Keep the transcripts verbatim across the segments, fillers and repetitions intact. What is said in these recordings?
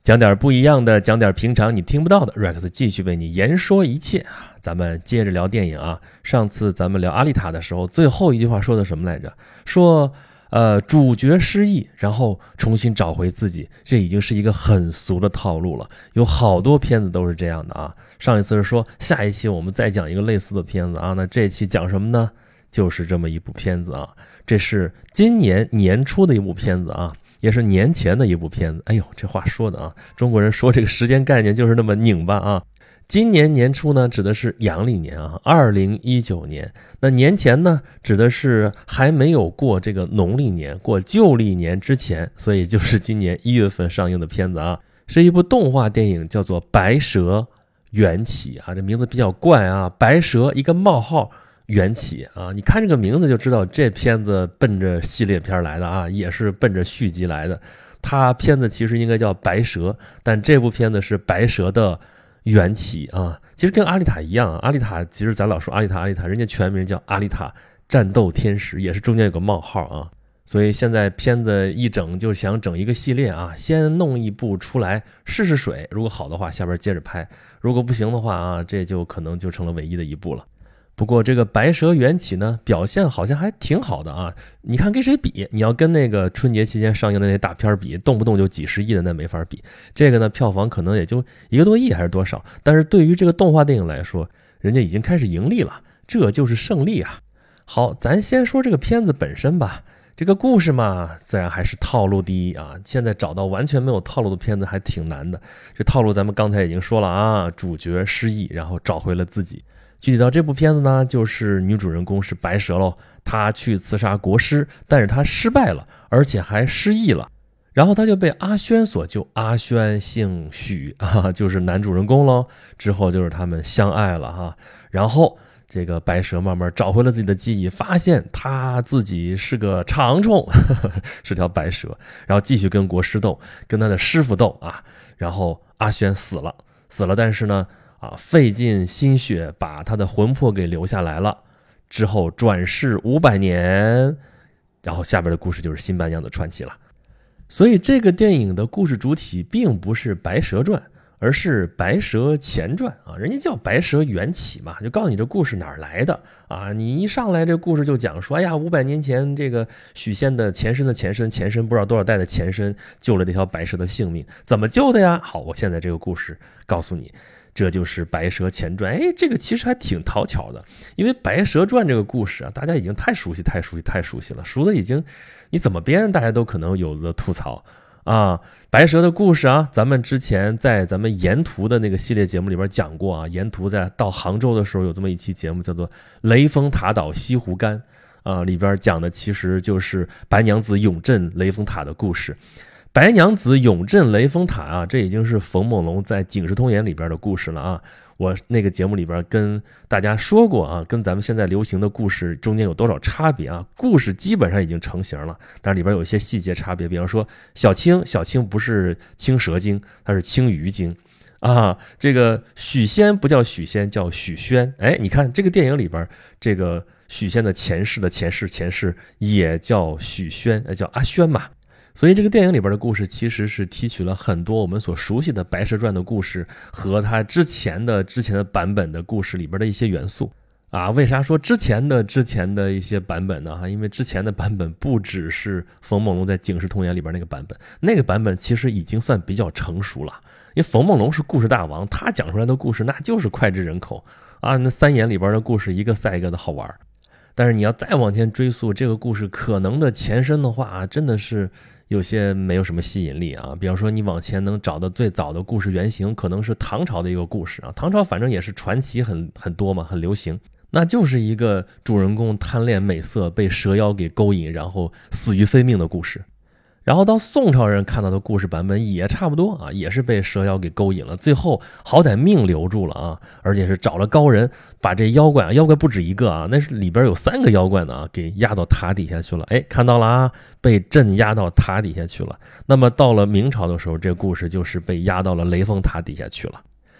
讲点不一样的，讲点平常你听不到的 Rex 继续为你言说一切。咱们接着聊电影啊。上次咱们聊阿丽塔的时候，最后一句话说的什么来着？说呃主角失忆，然后重新找回自己，这已经是一个很俗的套路了，有好多片子都是这样的啊。上一次是说下一期我们再讲一个类似的片子啊，那这期讲什么呢？就是这么一部片子啊，这是今年年初的一部片子啊，也是年前的一部片子。哎呦，这话说的啊，中国人说这个时间概念就是那么拧巴啊。今年年初呢，指的是阳历年啊，二零一九年。那年前呢，指的是还没有过这个农历年，过旧历年之前，所以就是今年一月份上映的片子啊，是一部动画电影，叫做《白蛇缘起》啊，这名字比较怪啊，白蛇一个冒号。缘起啊，你看这个名字就知道这片子奔着系列片来的啊，也是奔着续集来的。它片子其实应该叫白蛇，但这部片子是白蛇的缘起啊。其实跟阿丽塔一样啊，阿丽塔其实咱老说阿丽塔阿丽塔，人家全名叫阿丽塔战斗天使，也是中间有个冒号啊。所以现在片子一整就想整一个系列啊，先弄一部出来试试水，如果好的话下边接着拍，如果不行的话啊，这就可能就成了唯一的一部了。不过这个白蛇缘起呢，表现好像还挺好的啊。你看跟谁比？你要跟那个春节期间上映的那些大片比，动不动就几十亿的，那没法比。这个呢，票房可能也就一个多亿还是多少，但是对于这个动画电影来说，人家已经开始盈利了，这就是胜利啊。好，咱先说这个片子本身吧。这个故事嘛，自然还是套路第一啊。现在找到完全没有套路的片子还挺难的。这套路咱们刚才已经说了啊，主角失忆，然后找回了自己。具体到这部片子呢，就是女主人公是白蛇喽，她去刺杀国师，但是她失败了，而且还失忆了，然后她就被阿轩所救。阿轩姓许啊，就是男主人公喽。之后就是他们相爱了哈，然后这个白蛇慢慢找回了自己的记忆，发现她自己是个长虫，呵呵是条白蛇，然后继续跟国师斗，跟他的师傅斗啊。然后阿轩死了，死了，但是呢。啊，费尽心血把他的魂魄给留下来了，之后转世五百年，然后下边的故事就是新白娘子传奇了。所以这个电影的故事主体并不是白蛇传，而是白蛇前传啊，人家叫白蛇缘起嘛，就告诉你这故事哪儿来的啊。你一上来这故事就讲说，哎呀，五百年前这个许仙的前身的前身前身不知道多少代的前身救了这条白蛇的性命，怎么救的呀？好，我现在这个故事告诉你。这就是白蛇前传。哎，这个其实还挺讨巧的，因为白蛇传这个故事啊，大家已经太熟悉太熟悉太熟悉了，熟的已经你怎么编大家都可能有的吐槽啊。白蛇的故事啊，咱们之前在咱们沿途的那个系列节目里边讲过啊，沿途在到杭州的时候有这么一期节目叫做雷峰塔岛西湖干啊，里边讲的其实就是白娘子永镇雷峰塔的故事。白娘子永镇雷峰塔啊，这已经是冯梦龙在《警世通言》里边的故事了啊。我那个节目里边跟大家说过啊，跟咱们现在流行的故事中间有多少差别啊？故事基本上已经成型了，但是里边有一些细节差别，比方说小青，小青不是青蛇精，它是青鱼精啊。这个许仙不叫许仙，叫许宣。哎，你看这个电影里边，这个许仙的前世的前世前世也叫许宣，叫阿轩嘛。所以这个电影里边的故事其实是提取了很多我们所熟悉的白蛇传的故事和它之前的之前的版本的故事里边的一些元素啊。为啥说之前的之前的一些版本呢？因为之前的版本不只是冯梦龙在《警世通言》里边那个版本，那个版本其实已经算比较成熟了。因为冯梦龙是故事大王，他讲出来的故事那就是脍炙人口啊，那三眼里边的故事一个赛一个的好玩。但是你要再往前追溯这个故事可能的前身的话，真的是有些没有什么吸引力啊。比方说你往前能找的最早的故事原型可能是唐朝的一个故事啊，唐朝反正也是传奇很很多嘛，很流行，那就是一个主人公贪恋美色被蛇妖给勾引，然后死于非命的故事。然后到宋朝人看到的故事版本也差不多啊，也是被蛇妖给勾引了，最后好歹命留住了啊，而且是找了高人把这妖怪啊，妖怪不止一个啊，那是里边有三个妖怪呢啊，给压到塔底下去了。哎，看到了啊，被镇压到塔底下去了。那么到了明朝的时候，这故事就是被压到了雷峰塔底下去了。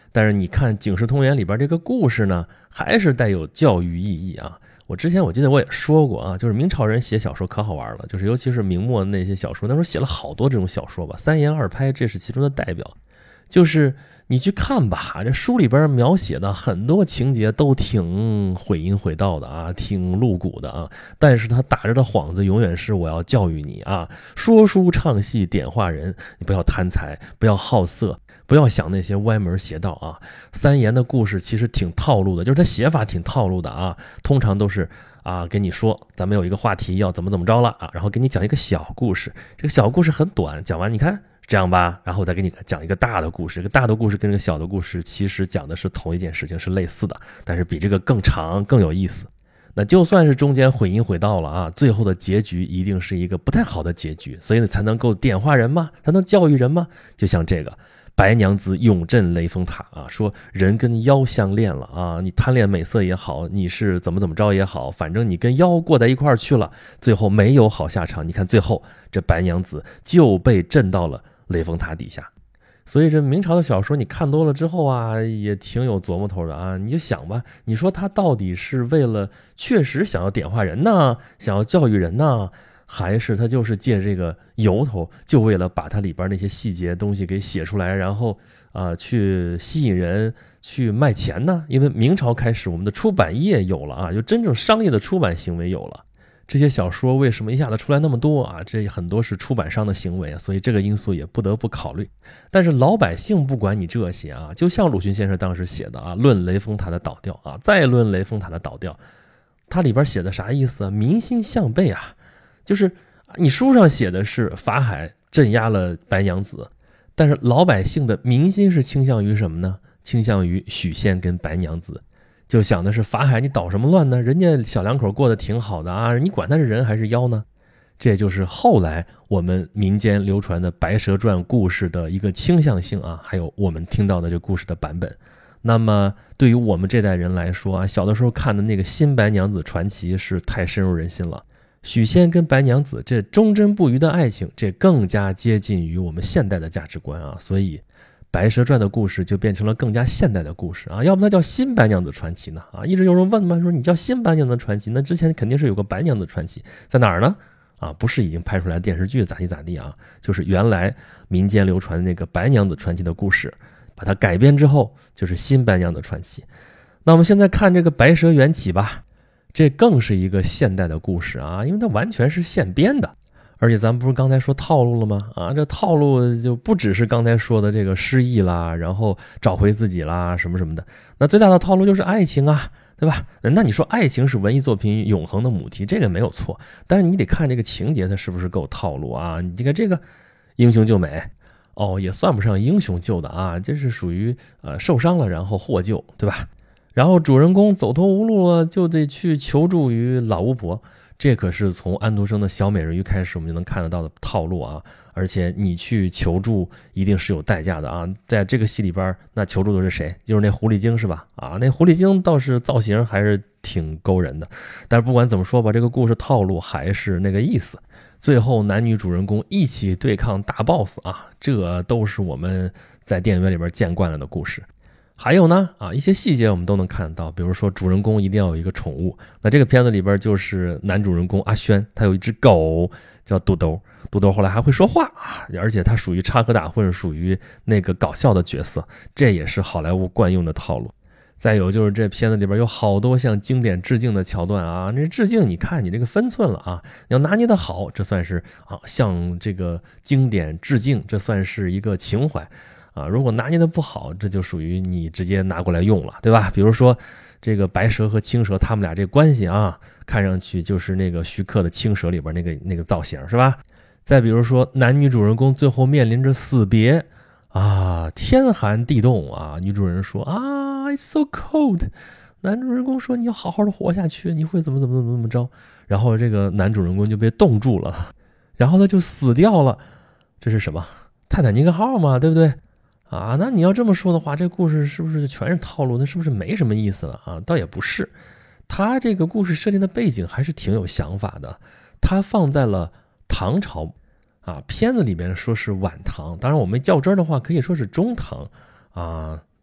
但是你看《警世通言》里边这个故事呢，还是带有教育意义啊。我之前我记得我也说过啊，就是明朝人写小说可好玩了，就是尤其是明末那些小说，那时候写了好多这种小说吧，三言二拍，这是其中的代表。就是你去看吧，这书里边描写的很多情节都挺毁淫毁道的啊，挺露骨的啊，但是他打着的幌子永远是我要教育你啊，说书唱戏点化人，你不要贪财，不要好色，不要想那些歪门邪道啊。三言的故事其实挺套路的，就是他写法挺套路的啊，通常都是啊跟你说咱们有一个话题要怎么怎么着了啊，然后给你讲一个小故事，这个小故事很短，讲完你看这样吧，然后再给你讲一个大的故事，这个大的故事跟这个小的故事其实讲的是同一件事情，是类似的，但是比这个更长更有意思。那就算是中间毁淫毁道了啊，最后的结局一定是一个不太好的结局，所以才能够点化人嘛，才能教育人嘛。就像这个白娘子永镇雷峰塔啊，说人跟妖相恋了啊，你贪恋美色也好，你是怎么怎么着也好，反正你跟妖过在一块儿去了，最后没有好下场。你看最后这白娘子就被震到了雷峰塔底下。所以这明朝的小说你看多了之后啊，也挺有琢磨头的啊。你就想吧，你说他到底是为了确实想要点化人呢，想要教育人呢，还是他就是借这个由头，就为了把它里边那些细节东西给写出来，然后啊、呃、去吸引人，去卖钱呢？因为明朝开始，我们的出版业有了啊，就真正商业的出版行为有了。这些小说为什么一下子出来那么多啊？这很多是出版商的行为啊，所以这个因素也不得不考虑。但是老百姓不管你这些啊，就像鲁迅先生当时写的啊，论雷峰塔的倒掉啊，再论雷峰塔的倒掉，它里边写的啥意思啊？民心向背啊，就是你书上写的是法海镇压了白娘子，但是老百姓的民心是倾向于什么呢？倾向于许仙跟白娘子。就想的是法海你捣什么乱呢？人家小两口过得挺好的啊，你管他是人还是妖呢？这就是后来我们民间流传的白蛇传故事的一个倾向性啊，还有我们听到的这故事的版本。那么对于我们这代人来说啊，小的时候看的那个新白娘子传奇是太深入人心了。许仙跟白娘子这忠贞不渝的爱情，这更加接近于我们现代的价值观啊，所以白蛇传的故事就变成了更加现代的故事啊，要不它叫新白娘子传奇呢？啊，一直有人问嘛，说你叫新白娘子传奇，那之前肯定是有个白娘子传奇，在哪儿呢？啊，不是已经拍出来电视剧咋地咋地啊，就是原来民间流传的那个白娘子传奇的故事，把它改编之后就是新白娘子传奇。那我们现在看这个白蛇缘起吧，这更是一个现代的故事啊，因为它完全是现编的。而且咱们不是刚才说套路了吗？啊，这套路就不只是刚才说的这个失忆啦，然后找回自己啦，什么什么的。那最大的套路就是爱情啊，对吧？那你说爱情是文艺作品永恒的母题，这个没有错。但是你得看这个情节它是不是够套路啊？你这个这个英雄救美，哦，也算不上英雄救的啊，这是属于呃受伤了然后获救，对吧？然后主人公走投无路了，就得去求助于老巫婆。这可是从安徒生的小美人鱼开始我们就能看得到的套路啊，而且你去求助一定是有代价的啊。在这个戏里边，那求助的是谁？就是那狐狸精是吧？啊，那狐狸精倒是造型还是挺勾人的，但是不管怎么说吧，这个故事套路还是那个意思。最后男女主人公一起对抗大 boss 啊，这都是我们在电影院里边见惯了的故事。还有呢啊，一些细节我们都能看到，比如说主人公一定要有一个宠物。那这个片子里边就是男主人公阿轩，他有一只狗叫肚兜，肚兜后来还会说话啊，而且他属于插科打诨，属于那个搞笑的角色，这也是好莱坞惯用的套路。再有就是这片子里边有好多向经典致敬的桥段啊，那致敬你看你这个分寸了啊，你要拿捏的好，这算是啊向这个经典致敬，这算是一个情怀。啊，如果拿捏的不好，这就属于你直接拿过来用了，对吧？比如说这个白蛇和青蛇他们俩这关系啊，看上去就是那个徐克的青蛇里边那个那个造型，是吧？再比如说男女主人公最后面临着死别啊，天寒地冻啊，女主人说啊 ，It's so cold， 男主人公说你要好好的活下去，你会怎么怎么怎么怎么着，然后这个男主人公就被冻住了，然后他就死掉了，这是什么？泰坦尼克号嘛，对不对？啊，那你要这么说的话，这故事是不是全是套路？那是不是没什么意思了啊？倒也不是，他这个故事设定的背景还是挺有想法的。他放在了唐朝啊，片子里边说是晚唐，当然我们较真的话可以说是中唐啊，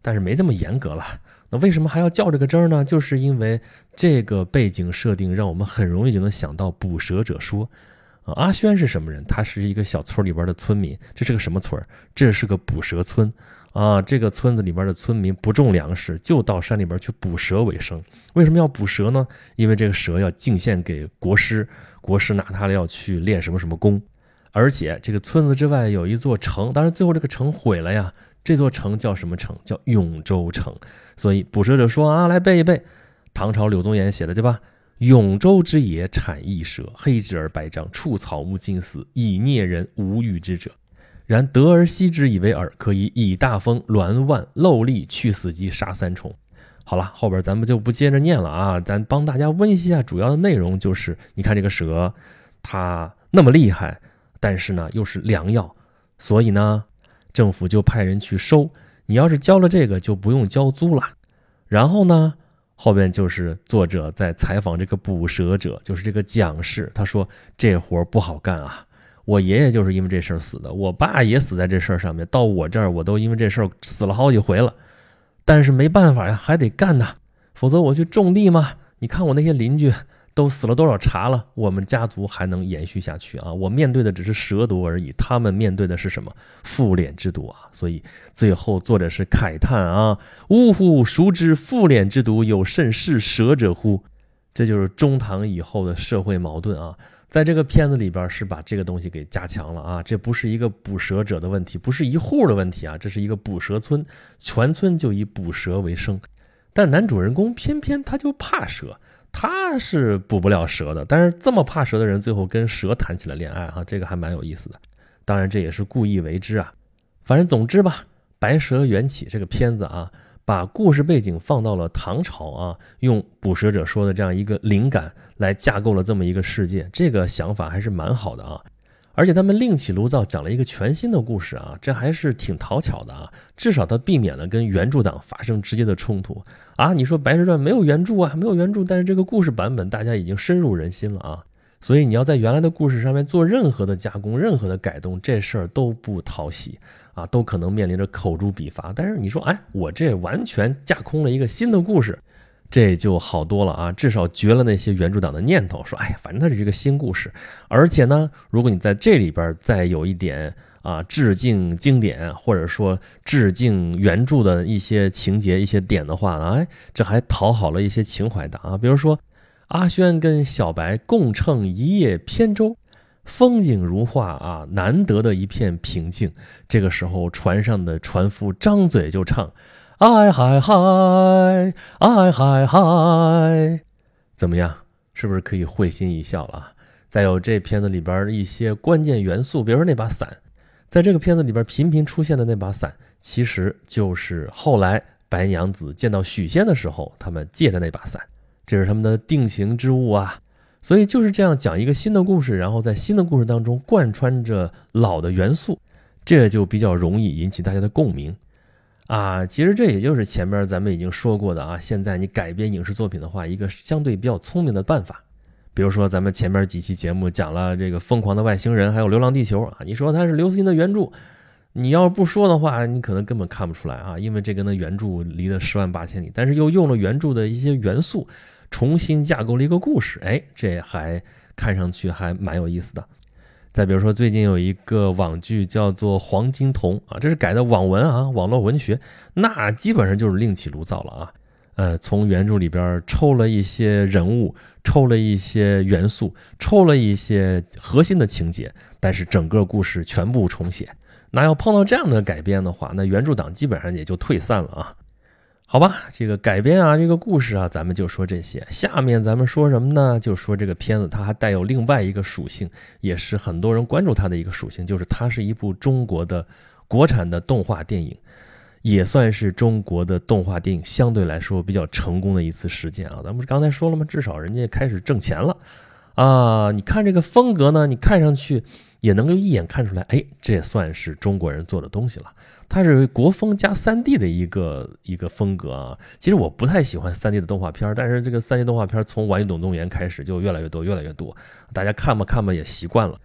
但是没这么严格了。那为什么还要较这个真儿呢？就是因为这个背景设定让我们很容易就能想到捕蛇者说。啊，阿轩是什么人？他是一个小村里边的村民。这是个什么村？这是个捕蛇村啊！这个村子里边的村民不种粮食，就到山里边去捕蛇为生。为什么要捕蛇呢？因为这个蛇要敬献给国师，国师拿它要去练什么什么功。而且这个村子之外有一座城，当然最后这个城毁了呀。这座城叫什么城？叫永州城。所以捕蛇者说啊，来背一背，唐朝柳宗元写的对吧？永州之野产异蛇，黑质而白章，触草木尽死，以啮人无欲之者。然得而息之以为饵，可以以大风鸾万漏力去死鸡杀三虫。好了，后边咱们就不接着念了啊，咱帮大家温习一下主要的内容，就是你看这个蛇，它那么厉害，但是呢又是良药，所以呢政府就派人去收。你要是交了这个，就不用交租了。然后呢？后边就是作者在采访这个捕蛇者，就是这个蒋氏，他说这活不好干啊，我爷爷就是因为这事儿死的，我爸也死在这事儿上面，到我这儿我都因为这事儿死了好几回了，但是没办法呀，还得干呐，否则我去种地嘛，你看我那些邻居都死了多少茬了，我们家族还能延续下去啊？我面对的只是蛇毒而已，他们面对的是什么？复敛之毒啊！所以最后作者是慨叹啊：呜呼，孰知复敛之毒有甚噬蛇者乎？这就是中唐以后的社会矛盾啊！在这个片子里边是把这个东西给加强了啊！这不是一个捕蛇者的问题，不是一户的问题啊，这是一个捕蛇村，全村就以捕蛇为生。但是男主人公偏偏他就怕蛇。他是捕不了蛇的，但是这么怕蛇的人最后跟蛇谈起了恋爱啊，这个还蛮有意思的。当然这也是故意为之啊。反正总之吧，白蛇缘起这个片子啊，把故事背景放到了唐朝啊，用捕蛇者说的这样一个灵感来架构了这么一个世界，这个想法还是蛮好的啊。而且他们另起炉灶讲了一个全新的故事啊，这还是挺讨巧的啊，至少他避免了跟原著党发生直接的冲突啊。你说《白蛇传》没有原著啊，没有原著，但是这个故事版本大家已经深入人心了啊，所以你要在原来的故事上面做任何的加工，任何的改动，这事儿都不讨喜啊，都可能面临着口诛笔伐。但是你说，哎，我这完全架空了一个新的故事，这就好多了啊，至少绝了那些原著党的念头，说哎呀，反正它是一个新故事，而且呢，如果你在这里边再有一点啊致敬经典，或者说致敬原著的一些情节、一些点的话呢，哎，这还讨好了一些情怀党啊，比如说阿轩跟小白共乘一叶扁舟，风景如画啊，难得的一片平静。这个时候，船上的船夫张嘴就唱。哎嗨嗨，哎嗨嗨，怎么样？是不是可以会心一笑了啊？再有这片子里边一些关键元素，比如说那把伞，在这个片子里边频频出现的那把伞，其实就是后来白娘子见到许仙的时候，他们借的那把伞，这是他们的定情之物啊。所以就是这样讲一个新的故事，然后在新的故事当中贯穿着老的元素，这就比较容易引起大家的共鸣。啊，其实这也就是前面咱们已经说过的啊，现在你改编影视作品的话，一个相对比较聪明的办法。比如说咱们前面几期节目讲了这个疯狂的外星人还有流浪地球啊，你说它是刘慈欣的原著，你要不说的话，你可能根本看不出来啊，因为这跟那原著离了十万八千里，但是又用了原著的一些元素重新架构了一个故事，哎，这还看上去还蛮有意思的。再比如说最近有一个网剧叫做《黄金瞳》啊，这是改的网文啊，网络文学，那基本上就是另起炉灶了啊。呃，从原著里边抽了一些人物，抽了一些元素，抽了一些核心的情节，但是整个故事全部重写。那要碰到这样的改编的话，那原著党基本上也就退散了啊。好吧，这个改编啊，这个故事啊，咱们就说这些。下面咱们说什么呢？就说这个片子它还带有另外一个属性，也是很多人关注它的一个属性，就是它是一部中国的国产的动画电影，也算是中国的动画电影相对来说比较成功的一次实践啊。咱们刚才说了吗？至少人家开始挣钱了啊。你看这个风格呢，你看上去也能够一眼看出来，哎，这也算是中国人做的东西了。它是国风加 三 D 的一个一个风格啊。其实我不太喜欢 三 D 的动画片，但是这个 三 D 动画片从《玩具总动员》开始就越来越多，越来越多，大家看吧看吧也习惯了。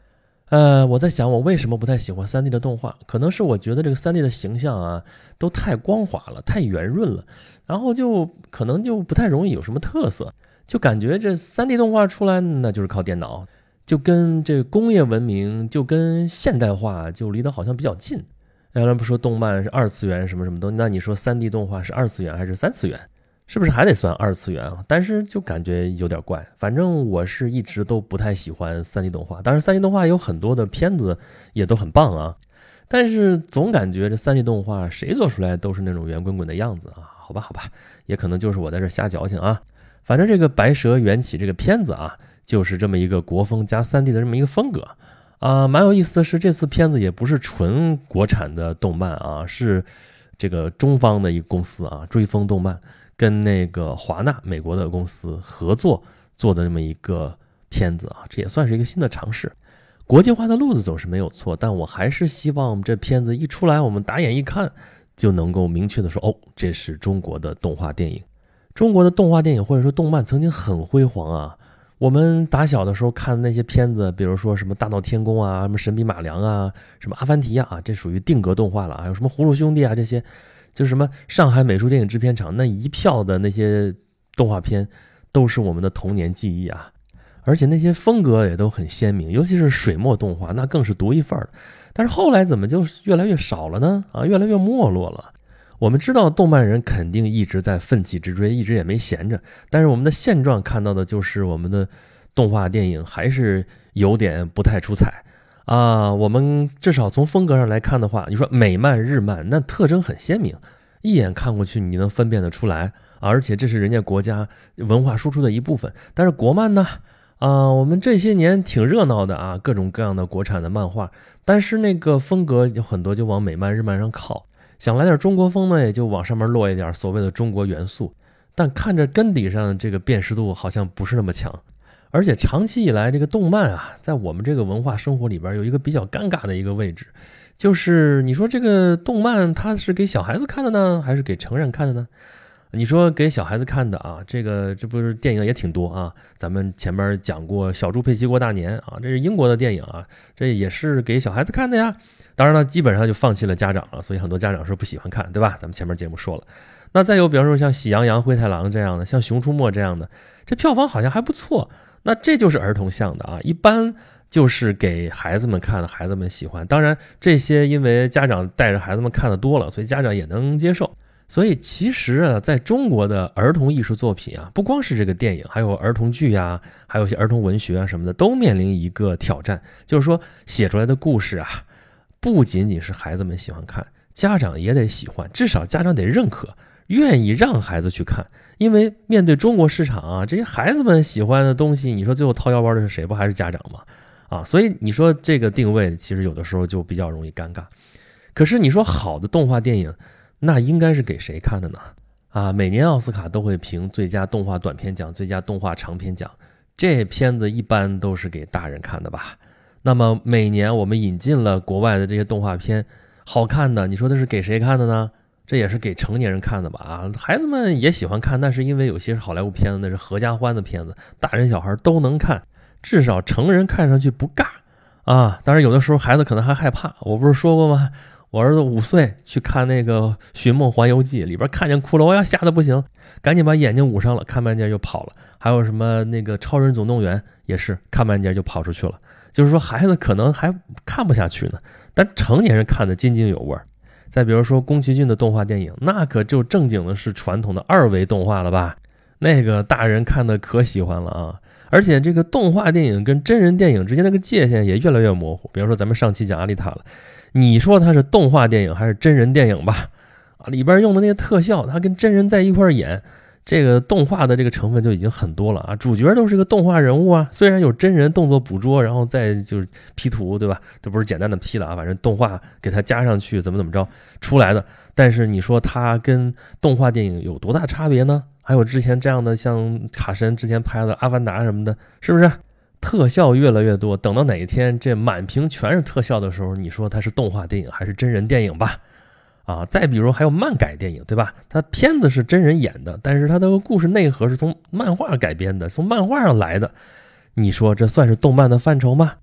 呃，我在想我为什么不太喜欢 三 D 的动画，可能是我觉得这个 三 D 的形象啊都太光滑了，太圆润了，然后就可能就不太容易有什么特色，就感觉这 三 D 动画出来那就是靠电脑，就跟这工业文明就跟现代化就离得好像比较近。原来不说动漫是二次元什么什么东西，那你说 三 D 动画是二次元还是三次元？是不是还得算二次元啊？但是就感觉有点怪。反正我是一直都不太喜欢 三 D 动画，当然 三 D 动画有很多的片子也都很棒啊，但是总感觉这 三 D 动画谁做出来都是那种圆滚滚的样子啊。好吧好吧，也可能就是我在这瞎矫情啊。反正这个白蛇缘起这个片子啊，就是这么一个国风加 三 D 的这么一个风格啊。蛮有意思的是，这次片子也不是纯国产的动漫啊，是这个中方的一个公司啊，追风动漫跟那个华纳美国的公司合作做的这么一个片子啊，这也算是一个新的尝试。国际化的路子总是没有错，但我还是希望这片子一出来，我们打眼一看就能够明确的说，哦，这是中国的动画电影。中国的动画电影或者说动漫曾经很辉煌啊，我们打小的时候看那些片子，比如说什么大闹天宫啊，什么神笔马良啊，什么阿凡提啊，这属于定格动画了，还有什么葫芦兄弟啊，这些就是什么上海美术电影制片厂那一票的那些动画片都是我们的童年记忆啊，而且那些风格也都很鲜明，尤其是水墨动画那更是独一份儿。但是后来怎么就越来越少了呢？啊，越来越没落了。我们知道动漫人肯定一直在奋起直追，一直也没闲着，但是我们的现状看到的就是我们的动画电影还是有点不太出彩啊。我们至少从风格上来看的话，你说美漫日漫那特征很鲜明，一眼看过去你能分辨得出来，而且这是人家国家文化输出的一部分。但是国漫呢啊，我们这些年挺热闹的啊，各种各样的国产的漫画，但是那个风格有很多就往美漫日漫上靠，想来点中国风呢也就往上面落一点所谓的中国元素，但看着根底上这个辨识度好像不是那么强。而且长期以来这个动漫啊在我们这个文化生活里边有一个比较尴尬的一个位置，就是你说这个动漫它是给小孩子看的呢还是给成人看的呢？你说给小孩子看的啊，这个这不是电影也挺多啊，咱们前面讲过小猪佩奇过大年啊，这是英国的电影啊，这也是给小孩子看的呀。当然了，基本上就放弃了家长了，所以很多家长说不喜欢看，对吧？咱们前面节目说了。那再有比方说像喜羊羊灰太狼这样的，像熊出没这样的，这票房好像还不错，那这就是儿童向的啊，一般就是给孩子们看的，孩子们喜欢。当然这些因为家长带着孩子们看的多了，所以家长也能接受。所以其实啊，在中国的儿童艺术作品啊，不光是这个电影，还有儿童剧啊，还有一些儿童文学啊什么的，都面临一个挑战，就是说写出来的故事啊，不仅仅是孩子们喜欢看，家长也得喜欢，至少家长得认可，愿意让孩子去看。因为面对中国市场啊，这些孩子们喜欢的东西，你说最后掏腰包的是谁？不还是家长吗？啊，所以你说这个定位其实有的时候就比较容易尴尬。可是你说好的动画电影，那应该是给谁看的呢？啊，每年奥斯卡都会评最佳动画短片奖、最佳动画长片奖，这片子一般都是给大人看的吧？那么每年我们引进了国外的这些动画片，好看的，你说的是给谁看的呢？这也是给成年人看的吧？啊，孩子们也喜欢看，但是因为有些是好莱坞片子，那是合家欢的片子，大人小孩都能看，至少成人看上去不尬啊。当然有的时候孩子可能还害怕，我不是说过吗？我儿子五岁去看那个《寻梦环游记》，里边看见骷髅呀，吓得不行，赶紧把眼睛捂上了，看半截就跑了。还有什么那个《超人总动员》也是看半截就跑出去了。就是说孩子可能还看不下去呢，但成年人看得津津有味。再比如说宫崎骏的动画电影，那可就正经的是传统的二维动画了吧，那个大人看的可喜欢了啊。而且这个动画电影跟真人电影之间那个界限也越来越模糊。比如说咱们上期讲阿丽塔了，你说它是动画电影还是真人电影吧？啊，里边用的那些特效，它跟真人在一块演，这个动画的这个成分就已经很多了啊。主角都是个动画人物啊，虽然有真人动作捕捉，然后再就是 P 图，对吧？这不是简单的 P 了啊，反正动画给它加上去，怎么怎么着出来的。但是你说它跟动画电影有多大差别呢？还有之前这样的像卡神之前拍的《阿凡达》什么的，是不是？特效越来越多，等到哪一天这满屏全是特效的时候，你说它是动画电影还是真人电影吧？啊，再比如还有漫改电影，对吧？它片子是真人演的，但是它的故事内核是从漫画改编的，从漫画上来的，你说这算是动漫的范畴吗？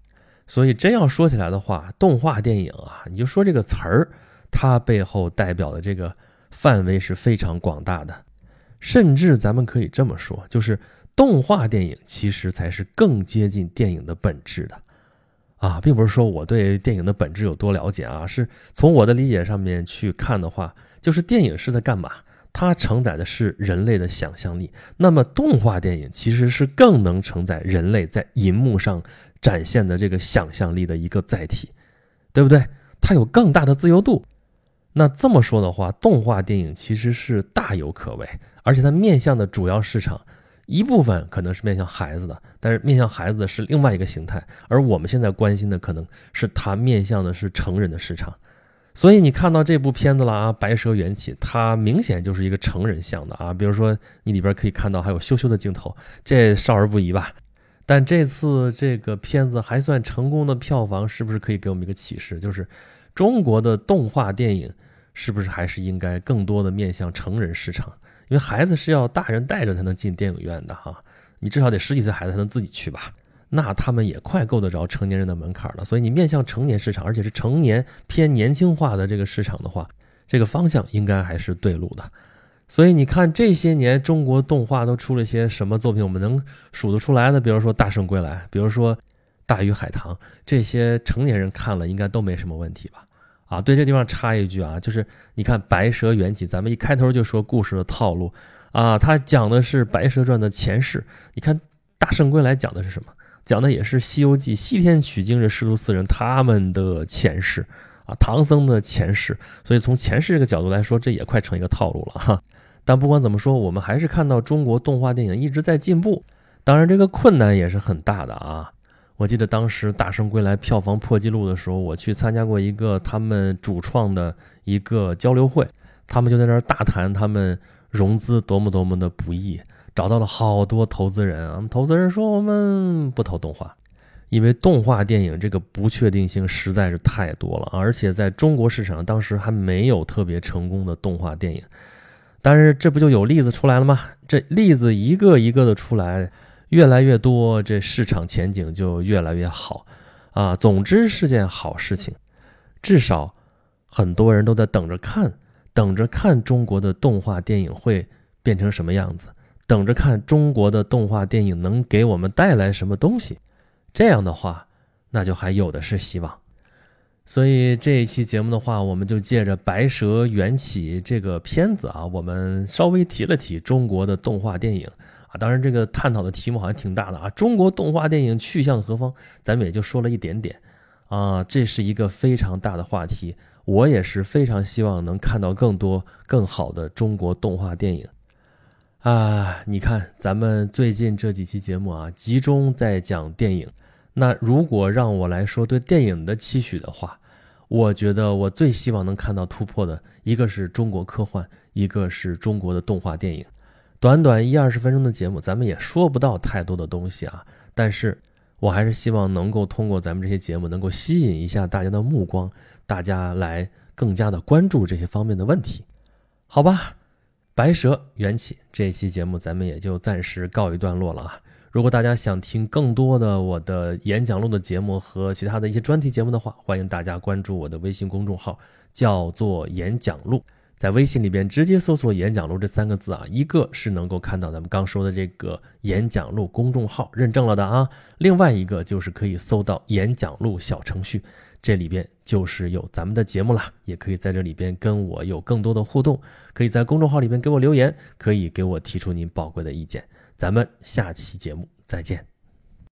所以真要说起来的话，动画电影啊，你就说这个词儿，它背后代表的这个范围是非常广大的。甚至咱们可以这么说，就是动画电影其实才是更接近电影的本质的啊，并不是说我对电影的本质有多了解啊，是从我的理解上面去看的话，就是电影是在干嘛？它承载的是人类的想象力，那么动画电影其实是更能承载人类在银幕上展现的这个想象力的一个载体，对不对？它有更大的自由度。那这么说的话，动画电影其实是大有可为，而且它面向的主要市场一部分可能是面向孩子的，但是面向孩子的是另外一个形态，而我们现在关心的可能是它面向的是成人的市场。所以你看到这部片子了啊，《白蛇缘起》，它明显就是一个成人向的啊，比如说你里边可以看到还有羞羞的镜头，这少儿不宜吧？但这次这个片子还算成功的票房，是不是可以给我们一个启示，就是中国的动画电影是不是还是应该更多的面向成人市场？因为孩子是要大人带着才能进电影院的哈，你至少得十几岁孩子才能自己去吧，那他们也快够得着成年人的门槛了。所以你面向成年市场，而且是成年偏年轻化的这个市场的话，这个方向应该还是对路的。所以你看这些年中国动画都出了些什么作品，我们能数得出来的，比如说《大圣归来》，比如说《大鱼海棠》，这些成年人看了应该都没什么问题吧？啊，对，这地方插一句啊，就是你看《白蛇缘起》，咱们一开头就说故事的套路啊，它讲的是《白蛇传》的前世。你看《大圣归来》讲的是什么？讲的也是《西游记》西天取经的师徒四人他们的前世啊，唐僧的前世。所以从前世这个角度来说，这也快成一个套路了哈。但不管怎么说，我们还是看到中国动画电影一直在进步，当然这个困难也是很大的啊。我记得当时《大圣归来》票房破纪录的时候，我去参加过一个他们主创的一个交流会，他们就在那儿大谈他们融资多么多么的不易，找到了好多投资人啊，投资人说我们不投动画，因为动画电影这个不确定性实在是太多了，而且在中国市场当时还没有特别成功的动画电影。但是这不就有例子出来了吗？这例子一个一个的出来，越来越多，这市场前景就越来越好啊！总之是件好事情，至少很多人都在等着看，等着看中国的动画电影会变成什么样子，等着看中国的动画电影能给我们带来什么东西。这样的话，那就还有的是希望。所以这一期节目的话，我们就借着《白蛇缘起》这个片子啊，我们稍微提了提中国的动画电影啊，当然这个探讨的题目好像挺大的啊，中国动画电影去向何方，咱们也就说了一点点啊，这是一个非常大的话题，我也是非常希望能看到更多更好的中国动画电影啊。你看咱们最近这几期节目啊，集中在讲电影，那如果让我来说对电影的期许的话，我觉得我最希望能看到突破的，一个是中国科幻，一个是中国的动画电影。短短一二十分钟的节目，咱们也说不到太多的东西啊，但是我还是希望能够通过咱们这些节目，能够吸引一下大家的目光，大家来更加的关注这些方面的问题，好吧？白蛇缘起这一期节目咱们也就暂时告一段落了啊。如果大家想听更多的我的演讲录的节目和其他的一些专题节目的话，欢迎大家关注我的微信公众号，叫做演讲录。在微信里边直接搜索演讲录这三个字啊，一个是能够看到咱们刚说的这个演讲录公众号认证了的啊，另外一个就是可以搜到演讲录小程序，这里边就是有咱们的节目啦，也可以在这里边跟我有更多的互动，可以在公众号里边给我留言，可以给我提出您宝贵的意见。咱们下期节目再见。